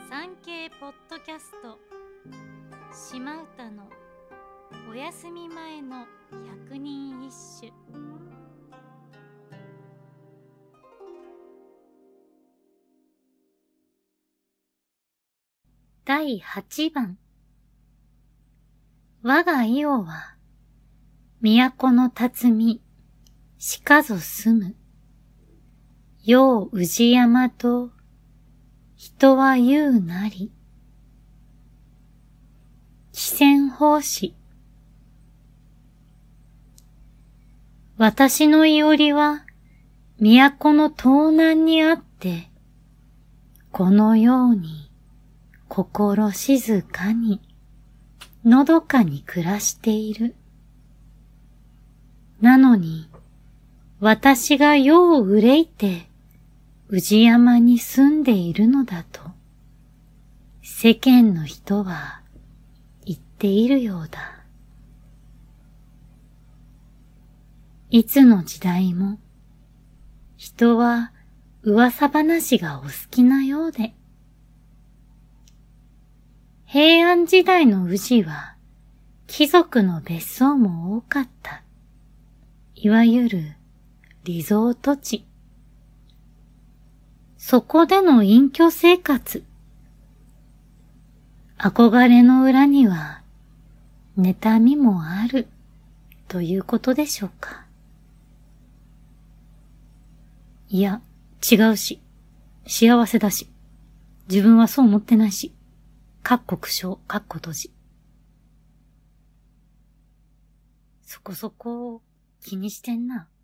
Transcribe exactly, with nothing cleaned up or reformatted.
産経ポッドキャスト島唄のお休み前の百人一首。だいはちばん。我が伊予は都の辰巳しかぞ住む。よう宇治山と人は言うなり。汽船法師。私のいおりは都の東南にあって、このように心静かにのどかに暮らしている。なのに私が世を憂いて宇治山に住んでいるのだと世間の人は言っているようだ。いつの時代も人は噂話がお好きなようで、平安時代の宇治は貴族の別荘も多かった。いわゆるリゾート地。そこでの隠居生活。憧れの裏には妬みもあるということでしょうか。いや、違うし、幸せだし、自分はそう思ってないし、かっこ苦笑、かっこ閉じ。そこそこ気にしてんな。